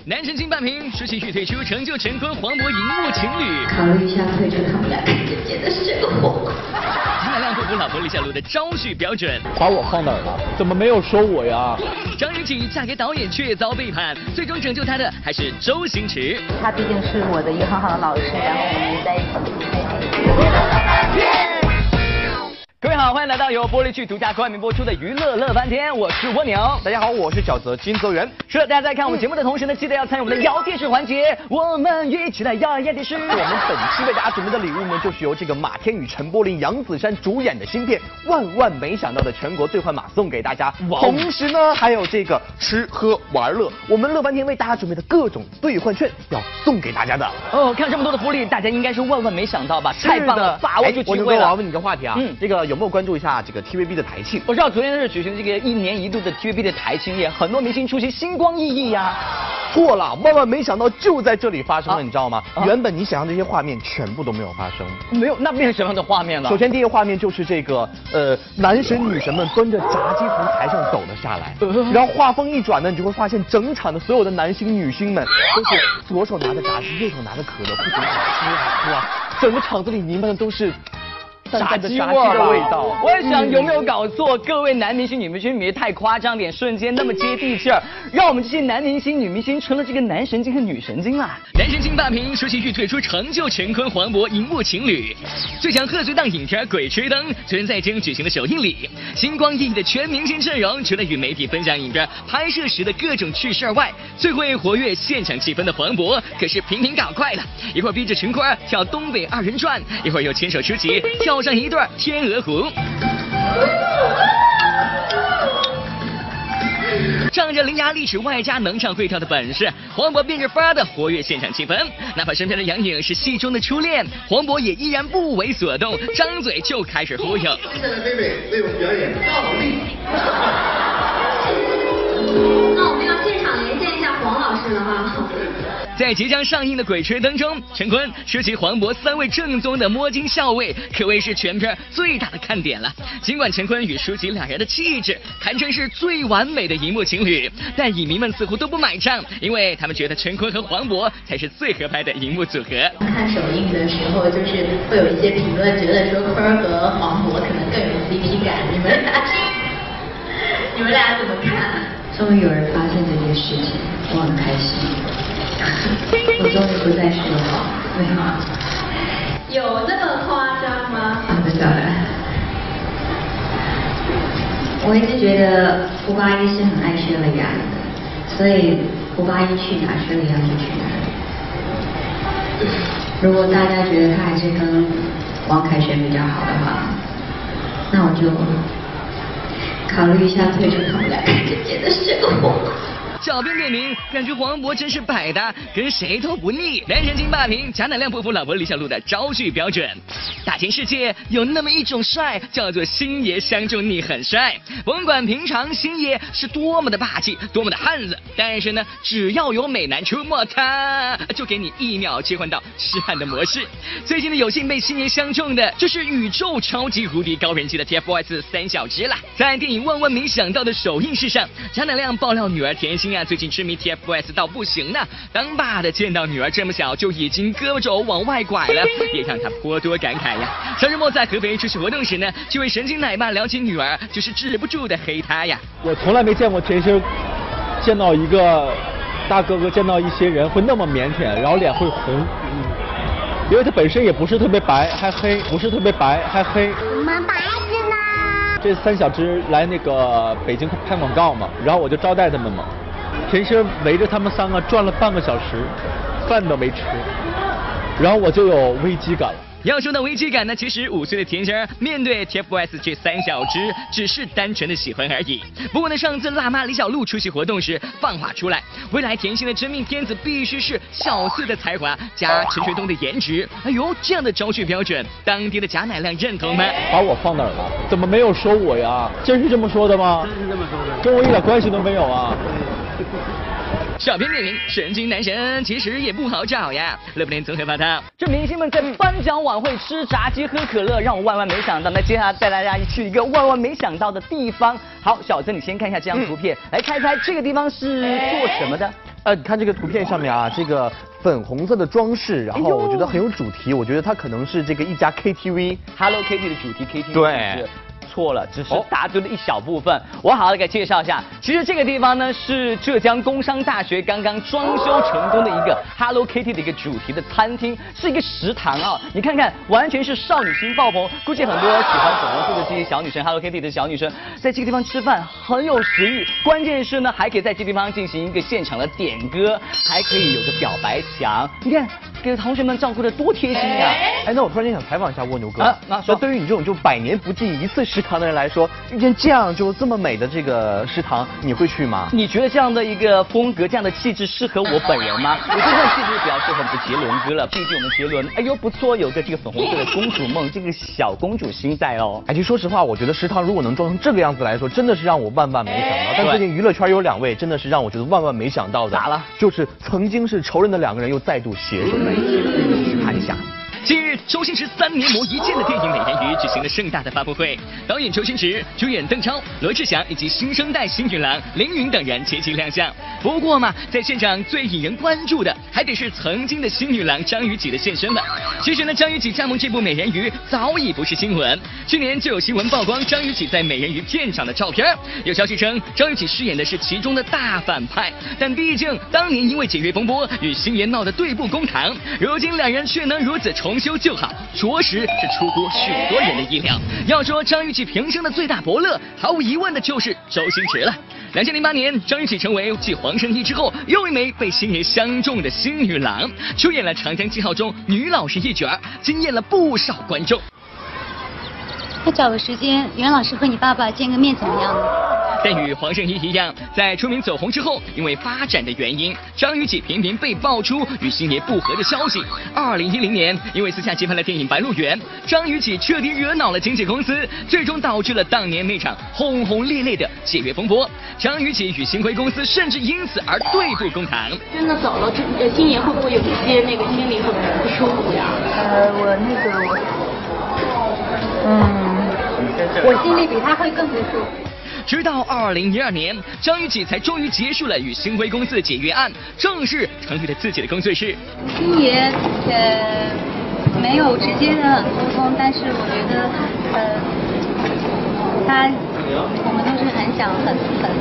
男神经半瓶，舒淇续退出，成就陈坤、黄渤荧幕情侣。 考虑一下退出他们俩之间的生活。 贾乃亮不服老婆李小璐的招婿标准， 把我放哪儿了？怎么没有说我呀？ 张雨绮嫁给导演却遭背叛，最终拯救她的还是周星驰。 他毕竟是我的一个很好的老师，然后我们在一起。 各位好，欢迎来到由玻璃剧独家冠名播出的娱乐乐翻天，我是蜗牛。 大家好，我是小泽金泽源。 是的，大家在看我们节目的同时呢，记得要参与我们的摇电视环节，我们一起来摇电视。 我们本期为大家准备的礼物呢，就是由这个马天宇、陈柏霖、杨子姗主演的新片《万没想到》的全国兑换码送给大家。同时呢，还有这个吃喝玩乐，我们乐翻天为大家准备的各种兑换券要送给大家的。 哦，看这么多的福利，大家应该是万没想到吧？太棒了，把握住机会了。 我要问你个话题啊，这个有没有关注一下这个 TVB 的台庆？ 我知道昨天是举行这个1年1度的 TVB 的台庆夜，很多明星出席，星光熠熠呀。 错了，万没想到就在这里发生了，你知道吗？原本你想象这些画面全部都没有发生。 没有，那变成什么样的画面了？ 首先第一个画面就是这个男神女神们端着炸鸡从台上走了下来，然后画风一转呢，你就会发现整场的所有的男星女星们都是左手拿着炸鸡，右手拿着可乐，不停地吃啊，整个场子里弥漫的都是炸鸡的味道。 我在想有没有搞错？各位男明星、女明星，别太夸张点，瞬间那么接地气儿，让我们这些男明星、女明星成了这个男神经和女神经啦。男神经霸屏，舒淇续退出，成就陈坤、黄渤荧幕情侣。最强贺岁档影片《鬼吹灯》昨天在京举行了首映礼，星光熠熠的全明星阵容，除了与媒体分享影片拍摄时的各种趣事外，最会活跃现场气氛的黄渤可是频频搞怪了，一会儿逼着陈坤跳东北2人转，一会儿又牵手出奇跳上一段天鹅湖。仗着伶牙俐齿外加能唱会跳的本事，黄渤变着法的活跃现场气氛。哪怕身边的杨颖是戏中的初恋，黄渤也依然不为所动，张嘴就开始忽悠。 接下来贝贝为我们表演倒立。 那我们要现场连线一下黄老师了哈。 在即将上映的《鬼吹灯》中，陈坤、舒淇、黄渤3位正宗的摸金校尉，可谓是全片最大的看点了。尽管陈坤与舒淇2人的气质堪称是最完美的荧幕情侣，但影迷们似乎都不买账，因为他们觉得陈坤和黄渤才是最合拍的荧幕组合。 看首映的时候，就是会有一些评论觉得说坤儿和黄渤可能更有 CP 感，你们俩怎么看？终于有人发现这件事情，我很开心。我终于不再说谎，没有。有那么夸张吗？当然。我一直觉得胡八一是很爱薛了雅的，所以胡八一去哪，薛了雅就去哪。如果大家觉得他还是跟王凯旋比较好的话，那我就考虑一下退出他们俩之间的生活。 小编点名，感觉黄渤真是百搭，跟谁都不腻。男神经霸屏，贾乃亮不服老婆李小璐的招婿标准。大千世界有那么一种帅，叫做星爷相中你很帅。甭管平常星爷是多么的霸气，多么的汉子，但是呢，只要有美男出没，他就给你1秒切换到痴汉的模式。最近的有幸被星爷相中的，就是宇宙超级无敌高人气的 TFBOYS 3小只啦。在电影《万没想到》的首映式上，贾乃亮爆料女儿甜心最近痴迷 TFBOYS 到不行呢，当爸的见到女儿这么小就已经胳膊肘往外拐了，也让他颇多感慨呀。上周末在合肥出席活动时呢，这位神经奶爸聊起女儿，就是止不住的黑他呀。 我从来没见过甜心见到一个大哥哥，见到一些人会那么腼腆，然后脸会红，因为他本身也不是特别白，还黑，不是特别白，还黑。 我们白着呢。 这3小只来那个北京拍广告嘛，然后我就招待他们嘛。甜心围着他们3个转了半个小时，饭都没吃，然后我就有危机感了。 要说到危机感呢，其实5岁的甜心面对 TFBOYS 这3小只，只是单纯的喜欢而已。不过呢，上次辣妈李小璐出席活动时放话出来，未来甜心的真命天子必须是小四的才华加陈学冬的颜值。哎呦，这样的招婿标准，当地的贾乃亮认同吗？ 把我放哪儿了？怎么没有说我呀？真是这么说的吗？ 真是这么说的， 跟我一点关系都没有啊。 小编点名，神经男神其实也不好找呀。乐不联综合报道，这明星们在颁奖晚会吃炸鸡喝可乐，让我万没想到。那接下来带大家去一个万没想到的地方。好，小曾你先看一下这张图片，来猜猜这个地方是做什么的？ 你看这个图片上面啊，这个粉红色的装饰，然后我觉得很有主题，我觉得它可能是这个一家 KTV，Hello Kitty 的主题 KTV。 对。 错了，只是答对了一小部分。我好好的给介绍一下，其实这个地方呢是浙江工商大学刚刚装修成功的一个 Hello Kitty 的一个主题的餐厅，是一个食堂啊。你看看，完全是少女心爆棚，估计很多喜欢粉红色的这些小女生 Hello Kitty 的小女生，在这个地方吃饭很有食欲。关键是呢，还可以在这个地方进行一个现场的点歌，还可以有个表白墙。你看，给同学们照顾的多贴心呀！ 哎，那我突然间想采访一下蜗牛哥啊，那对于你这种就百年不进一次食堂的人来说，遇见这样就这么美的这个食堂，你会去吗？ 你觉得这样的一个风格、这样的气质适合我本人吗？我觉得这种气质比较适合我们的杰伦哥了。毕竟我们杰伦，哎呦不错，有个这个粉红色的公主梦，这个小公主心在哦。 哎，其实说实话，我觉得食堂如果能装成这个样子来说，真的是让我万万没想到。但最近娱乐圈有2位真的是让我觉得万万没想到的。 咋了？ 就是曾经是仇人的2个人又再度携手在一起了。去看一下。 近日，周星驰3年磨一剑的电影《美人鱼》举行了盛大的发布会，导演周星驰、主演邓超、罗志祥以及新生代新女郎凌云等人齐齐亮相。不过嘛，在现场最引人关注的还得是曾经的新女郎张雨绮的现身了。其实呢，张雨绮加盟这部《美人鱼》早已不是新闻，去年就有新闻曝光张雨绮在《美人鱼》片场的照片。有消息称，张雨绮饰演的是其中的大反派，但毕竟当年因为解约风波与星爷闹得对簿公堂，如今2人却能如此重修旧好，着实是出乎许多人的意料。要说张雨绮平生的最大伯乐，毫无疑问的就是周星驰了。2008年，张雨绮成为继黄圣依之后又一枚被星爷相中的新女郎，出演了《长江7号》中女老师一角，惊艳了不少观众。 再找个时间，袁老师和你爸爸见个面怎么样呢？ 但与黄圣依一样，在出名走红之后，因为发展的原因，张雨绮频频被爆出与星爷不和的消息。2010年，因为私下接拍了电影《白鹿原》，张雨绮彻底惹恼了经纪公司，最终导致了当年那场轰轰烈烈的解约风波。张雨绮与星辉公司甚至因此而对簿公堂。 真的走了，星爷会不会有一些那个心里很不舒服呀？ 我心里比他会更不舒服。 直到2012年，张雨绮才终于结束了与星辉公司的解约案，正式成立了自己的工作室。 星爷没有直接的沟通，但是我觉得我们都是很想很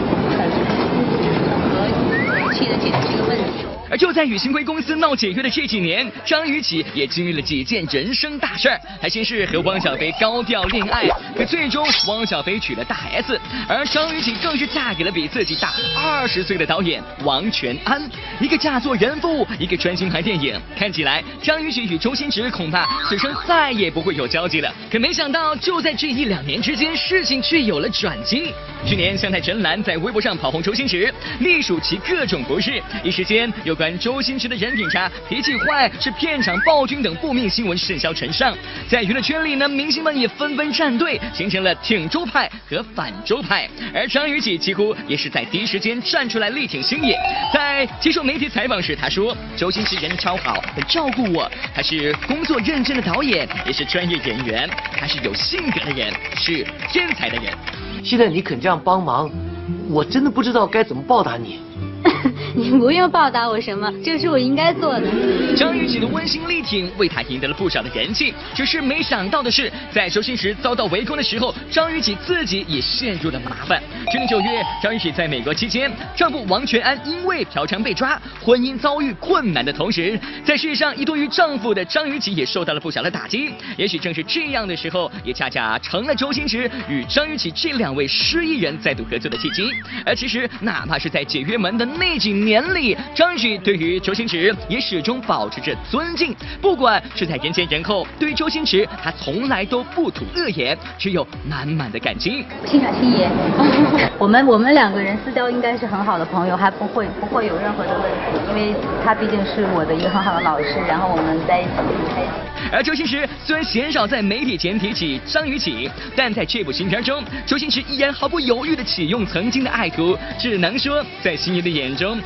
和气的解决这个问题。 而就在与星辉公司闹解约的这几年，张雨绮也经历了几件人生大事儿。她先是和汪小菲高调恋爱，可最终汪小菲娶了大 S， 而张雨绮更是嫁给了比自己大20岁的导演王全安，一个嫁作人妇，一个专心拍电影。看起来张雨绮与周星驰恐怕此生再也不会有交集了。可没想到，就在这1-2年之间，事情却有了转机。去年，香台陈岚在微博上跑红周星驰，隶属其各种不是，一时间有关周星驰的人品差、脾气坏、是片场暴君等负面新闻甚嚣尘上。在娱乐圈里呢，明星们也纷纷站队，形成了挺周派和反周派。而张雨绮几乎也是在第一时间站出来力挺星爷。在接受媒体采访时，她说：“周星驰人超好，很照顾我，他是工作认真的导演，也是专业演员，他是有性格的人，是天才的人。” 现在你肯这样帮忙，我真的不知道该怎么报答你。 你不用报答我什么，这是我应该做的。 张雨绮的温馨力挺为她赢得了不少的人气，只是没想到的是，在周星驰遭到围攻的时候，张雨绮自己也陷入了麻烦。去年9月，张雨绮在美国期间，丈夫王全安因为嫖娼被抓，婚姻遭遇困难的同时，在事业上依托于丈夫的张雨绮也受到了不小的打击。也许正是这样的时候，也恰恰成了周星驰与张雨绮这2位失意人再度合作的契机。而其实，哪怕是在解约门的那几年里，张雨绮对于周星驰也始终保持着尊敬，不管是在人前人后，对于周星驰他从来都不吐恶言，只有满满的感激。 欣赏星爷，我们2个人私交应该是很好的朋友，还不会有任何的问题，因为他毕竟是我的一个很好的老师，然后我们在一起很开心。 而周星驰虽然鲜少在媒体前提起张雨绮，但在这部新片中，周星驰依然毫不犹豫地启用曾经的爱徒，只能说在星爷的眼中，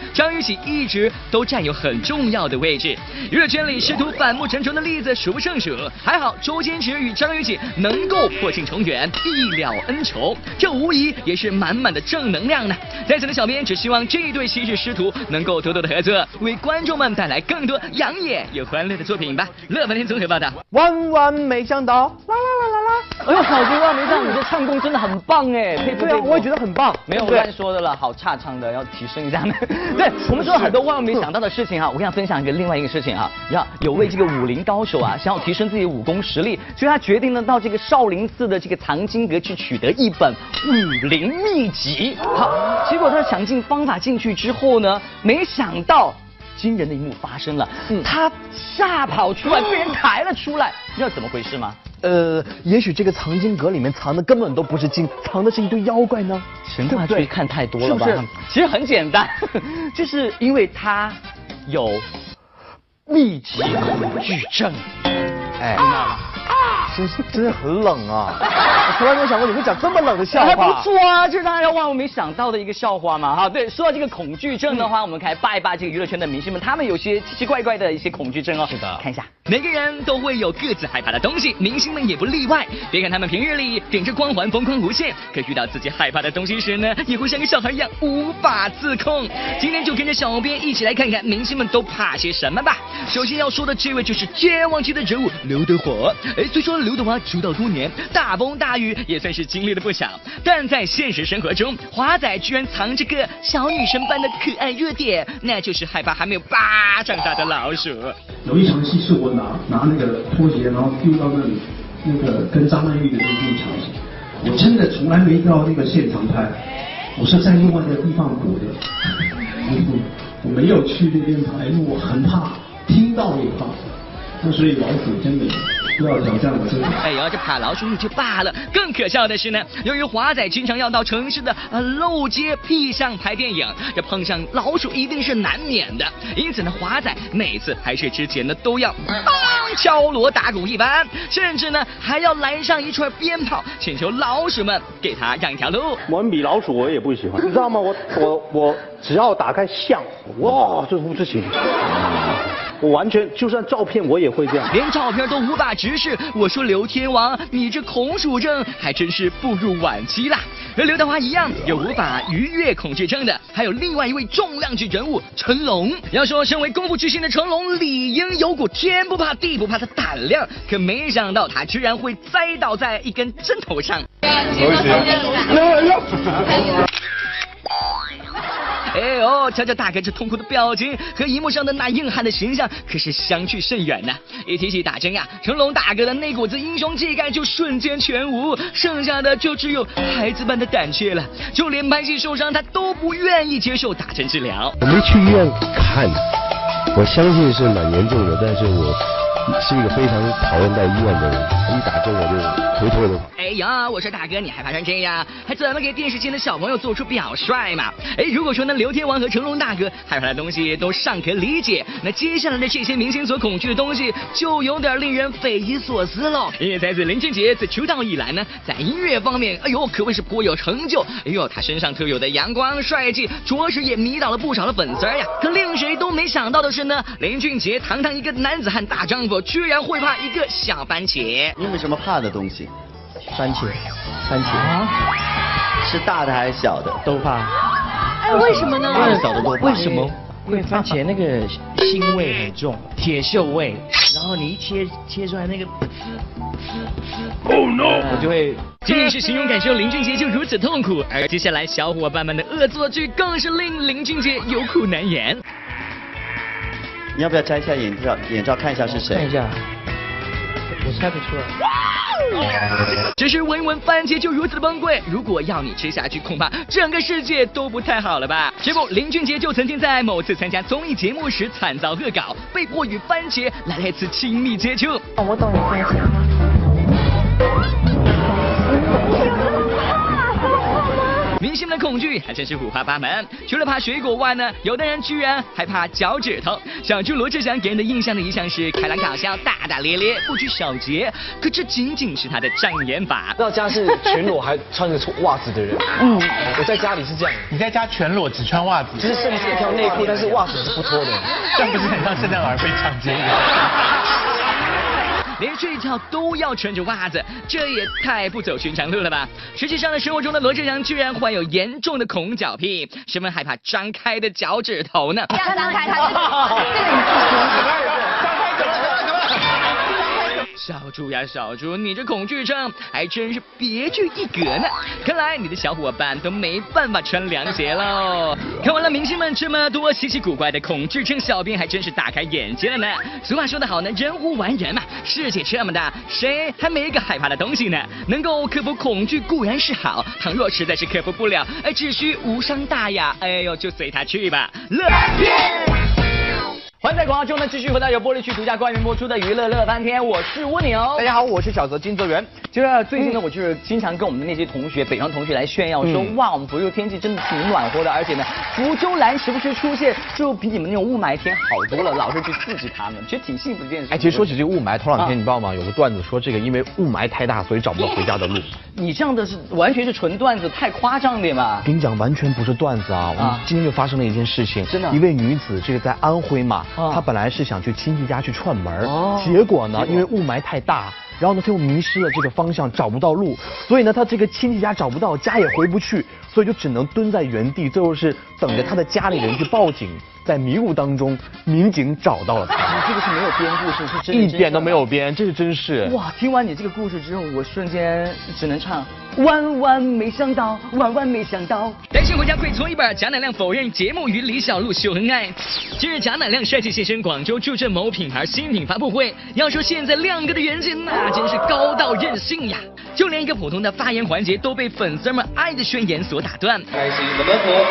张雨绮一直都占有很重要的位置。娱乐圈里试图反目成仇的例子数不胜数，还好周坚持与张雨绮能够破镜重圆，一了恩仇，这无疑也是满满的正能量呢。在此的小编只希望这一对昔日师徒能够多多的合作，为观众们带来更多养眼又欢乐的作品吧。乐翻天综合报道。 万万没想到，啦啦啦啦啦！ 哎呦，好极万没想到你的唱功真的很棒哎，佩服佩服。 对啊，我也觉得很棒。 没有乱说的了，好差唱的，要提升一下呢。对，我们说了很多万万没想到的事情哈，我跟大家分享另外一个事情哈，有位这个武林高手啊，想要提升自己的武功实力，所以他决定呢到这个少林寺的这个藏经阁去取得一本武林秘籍。好，结果他想尽方法进去之后呢，没想到惊人的一幕发生了，他吓跑出来，被人抬了出来，你知道怎么回事吗？ 也许这个藏经阁里面藏的根本都不是经，藏的是一堆妖怪呢。 神话剧看太多了吧？ 是不是？ 其实很简单，就是因为他有密集恐惧症。哎， 真是很冷啊！我从来没有想过你会讲这么冷的笑话。 还不错啊，这是大家万万没想到的一个笑话嘛。哈，对，说到这个恐惧症的话，我们可以拜一拜这个娱乐圈的明星们，他们有些奇奇怪怪的一些恐惧症哦。 是的， 看一下， 每个人都会有各自害怕的东西，明星们也不例外。别看他们平日里顶着光环风光无限，可遇到自己害怕的东西时呢，也会像个小孩一样无法自控。今天就跟着小编一起来看看明星们都怕些什么吧。首先要说的这位就是绝望级的人物刘德华。虽说刘德华出道多年，大风大雨也算是经历了不少，但在现实生活中，华仔居然藏着个小女生般的可爱弱点，那就是害怕还没有巴掌大的老鼠。 有一场戏是我拿那个拖鞋，然后丢到那个跟张曼玉的那场戏，我真的从来没到那个现场拍，我是在另外的地方补的，我没有去那边拍，因为我很怕，听到也怕，那所以老鼠真的不要挑战我这个。 哎呀，这怕老鼠也就罢了，更可笑的是呢，由于华仔经常要到城市的漏街僻巷拍电影，这碰上老鼠一定是难免的。因此呢，华仔每次拍摄之前呢，都要敲锣打鼓一番，甚至呢还要来上一串鞭炮，请求老鼠们给他让一条路。 文笔老鼠我也不喜欢，你知道吗？我只要打开相，哇，这不行。我完全就算照片我也会这样， 连照片都无法直视。我说刘天王，你这恐鼠症还真是步入晚期啦。和刘德华一样有无法逾越恐惧症的，还有另外一位重量级人物成龙。要说身为功夫巨星的成龙，理应有股天不怕地不怕的胆量，可没想到他居然会栽倒在一根针头上。哎呦，瞧瞧大哥这痛苦的表情和荧幕上的那硬汉的形象可是相去甚远呐。一提起打针呀，成龙大哥的那股子英雄气概就瞬间全无，剩下的就只有孩子般的胆怯了。就连拍戏受伤他都不愿意接受打针治疗。 我没去医院看，我相信是蛮严重的，但是我是一个非常讨厌在医院的人，一打针我就回头的。 哎呀，我说大哥，你害怕成这样，还怎么给电视前的小朋友做出表率嘛？如果说呢，刘天王和成龙大哥害怕的东西都尚可理解，那接下来的这些明星所恐惧的东西就有点令人匪夷所思了。音乐才子林俊杰自出道以来呢，在音乐方面，可谓是颇有成就。他身上特有的阳光帅气，着实也迷倒了不少的粉丝呀。可令谁都没想到的是呢，林俊杰堂堂一个男子汉大丈夫，居然会怕一个小番茄。 你有什么怕的东西？ 番茄是大的还是小的？ 都怕。 为什么呢？ 大的小的都怕。 为什么？ 因为番茄那个腥味很重，铁锈味，然后你一切出来那个，Oh no！ 我就会。 仅仅是形容感受，林俊杰就如此痛苦，而接下来小伙伴们的恶作剧更是令林俊杰有苦难言。 你要不要摘下眼罩看一下是谁？ 看一下，我猜不出来。 只是闻闻番茄就如此的崩溃，如果要你吃下去，恐怕整个世界都不太好了吧？这不，林俊杰就曾经在某次参加综艺节目时惨遭恶搞，被迫与番茄来了一次亲密接触。 我懂你番茄。 明星们的恐惧还真是五花八门。除了怕水果外呢，有的人居然还怕脚趾头。小猪罗志祥给人的印象呢，一向是开朗搞笑、大大咧咧、不拘小节。可这仅仅是他的障眼法。 到家是全裸还穿着袜子的人。我在家里是这样。 你在家全裸只穿袜子， 就是甚至一条内裤，但是袜子是不脱的。 这样不是很像圣诞老人被抢劫一样？ 连睡觉都要穿着袜子，这也太不走寻常路了吧？实际上呢，生活中的罗志祥居然患有严重的恐脚癖，十分害怕张开的脚趾头呢。 这样张开，他小猪呀小猪，你这恐惧症还真是别具一格呢。看来你的小伙伴都没办法穿凉鞋喽。看完了明星们这么多稀奇古怪的恐惧症，小编还真是大开眼界了呢。俗话说得好呢，人无完人嘛，世界这么大，谁还没个害怕的东西呢？能够克服恐惧固然是好，倘若实在是克服不了，只需无伤大雅，哎呦就随他去吧。 欢迎在广告中呢继续回到由玻璃区独家冠名播出的娱乐乐翻天，我是蜗牛。 大家好，我是小泽金泽源。 其实最近呢，我就是经常跟我们的那些同学，北方同学来炫耀说，哇，我们福州天气真的挺暖和的，而且呢，福州蓝时不时出现，就比你们那种雾霾天好多了，老是去刺激他们，其实挺幸福的一件事。 其实说起这个雾霾，头两天你知道吗？有个段子说这个因为雾霾太大，所以找不到回家的路。 你这样的是完全是纯段子，太夸张点嘛。 跟你讲，完全不是段子啊！我们今天就发生了一件事情，真的，一位女子，这个在安徽嘛，她本来是想去亲戚家去串门，结果呢，因为雾霾太大，然后呢，她又迷失了这个方向，找不到路，所以呢，她这个亲戚家找不到，家也回不去，所以就只能蹲在原地，最后是等着她的家里人去报警。在迷雾当中，民警找到了他。 你这个是没有编故事，是真的， 一点都没有编，这是真事。 哇，听完你这个故事之后，我瞬间只能唱万万没想到，万万没想到。 单身回家跪搓衣板，贾乃亮否认节目与李小璐秀恩爱。近日，贾乃亮帅气现身广州助阵某品牌新品发布会。要说现在亮哥的人气，那真是高到任性呀！就连一个普通的发言环节都被粉丝们爱的宣言所打断。 开心怎么活？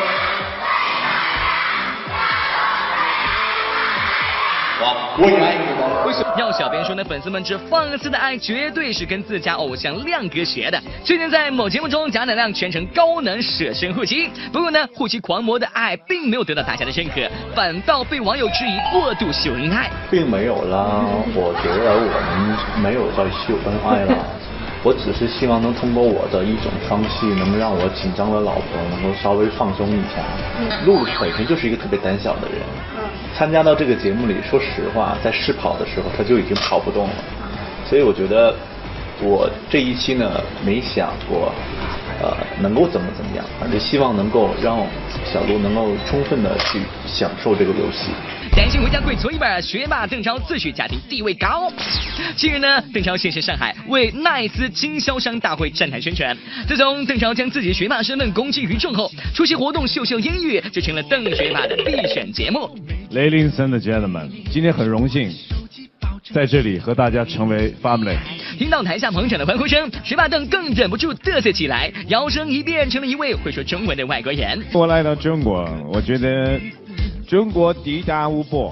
我也爱你的。 为什么要小编说呢？粉丝们这放肆的爱绝对是跟自家偶像亮哥学的。最近在某节目中，贾乃亮全程高能舍身护妻，不过呢，护妻狂魔的爱并没有得到大家的认可，反倒被网友质疑过度秀恩爱。 并没有啦，我觉得我们没有在秀恩爱啦。我只是希望能通过我的一种方式，能让我紧张的老婆能够稍微放松一下。陆本身就是一个特别胆小的人，参加到这个节目里，说实话，在试跑的时候他就已经跑不动了，所以我觉得我这一期呢没想过能够怎么样，而是希望能够让小鹿能够充分的去享受这个游戏。 担心回家跪搓衣板，学霸邓超自诩家庭地位高。近日呢，邓超现身上海为奈斯经销商大会站台宣传。自从邓超将自己学霸身份公之于众后，出席活动秀秀英语就成了邓学霸的必选节目。 Ladies and gentlemen， 今天很荣幸在这里和大家成为 family。 听到台下捧场的欢呼声，学霸邓更忍不住嘚瑟起来，摇身一变成了一位会说中文的外国人。 我来到中国，我觉得中国地大物博，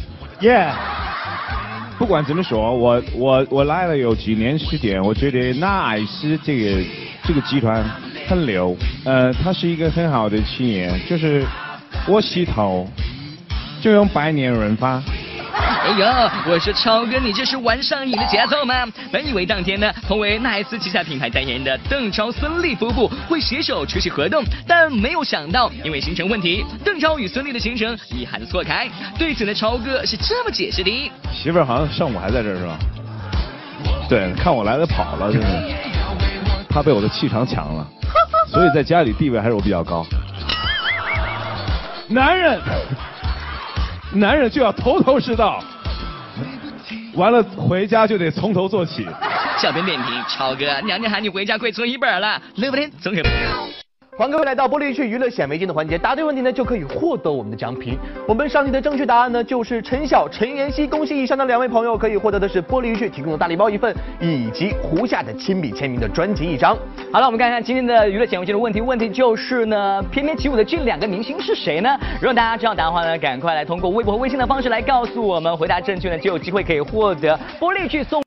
不管怎么说，我来了有几年时间，我觉得NICE这个集团很牛，它是一个很好的企业，就是我洗头就用百年润发。 哎呦，我说超哥，你这是玩上瘾的节奏吗？本以为当天呢，同为奈斯旗下品牌代言人的邓超、孙俪夫妇会携手出席活动，但没有想到因为行程问题，邓超与孙俪的行程遗憾的错开。对此呢，超哥是这么解释的： 媳妇儿好像上午还在这儿是吧？对，看我来了跑了，真是，他被我的气场抢了，所以在家里地位还是我比较高。男人就要头头是道，完了回家就得从头做起。 小编点评：超哥，娘娘喊你回家跪搓衣板了。乐不天综合。 欢迎各位来到玻璃区娱乐显微镜的环节，答对问题呢就可以获得我们的奖品。我们上题的正确答案呢就是陈晓、陈妍希，恭喜以上的2位朋友可以获得的是玻璃区提供的大礼包1份，以及胡夏的亲笔签名的专辑1张。 好了，我们看看今天的娱乐显微镜的问题，问题就是呢，翩翩起舞的这2个明星是谁呢？如果大家知道答案的话呢，赶快来通过微博和微信的方式来告诉我们，回答正确呢就有机会可以获得玻璃区送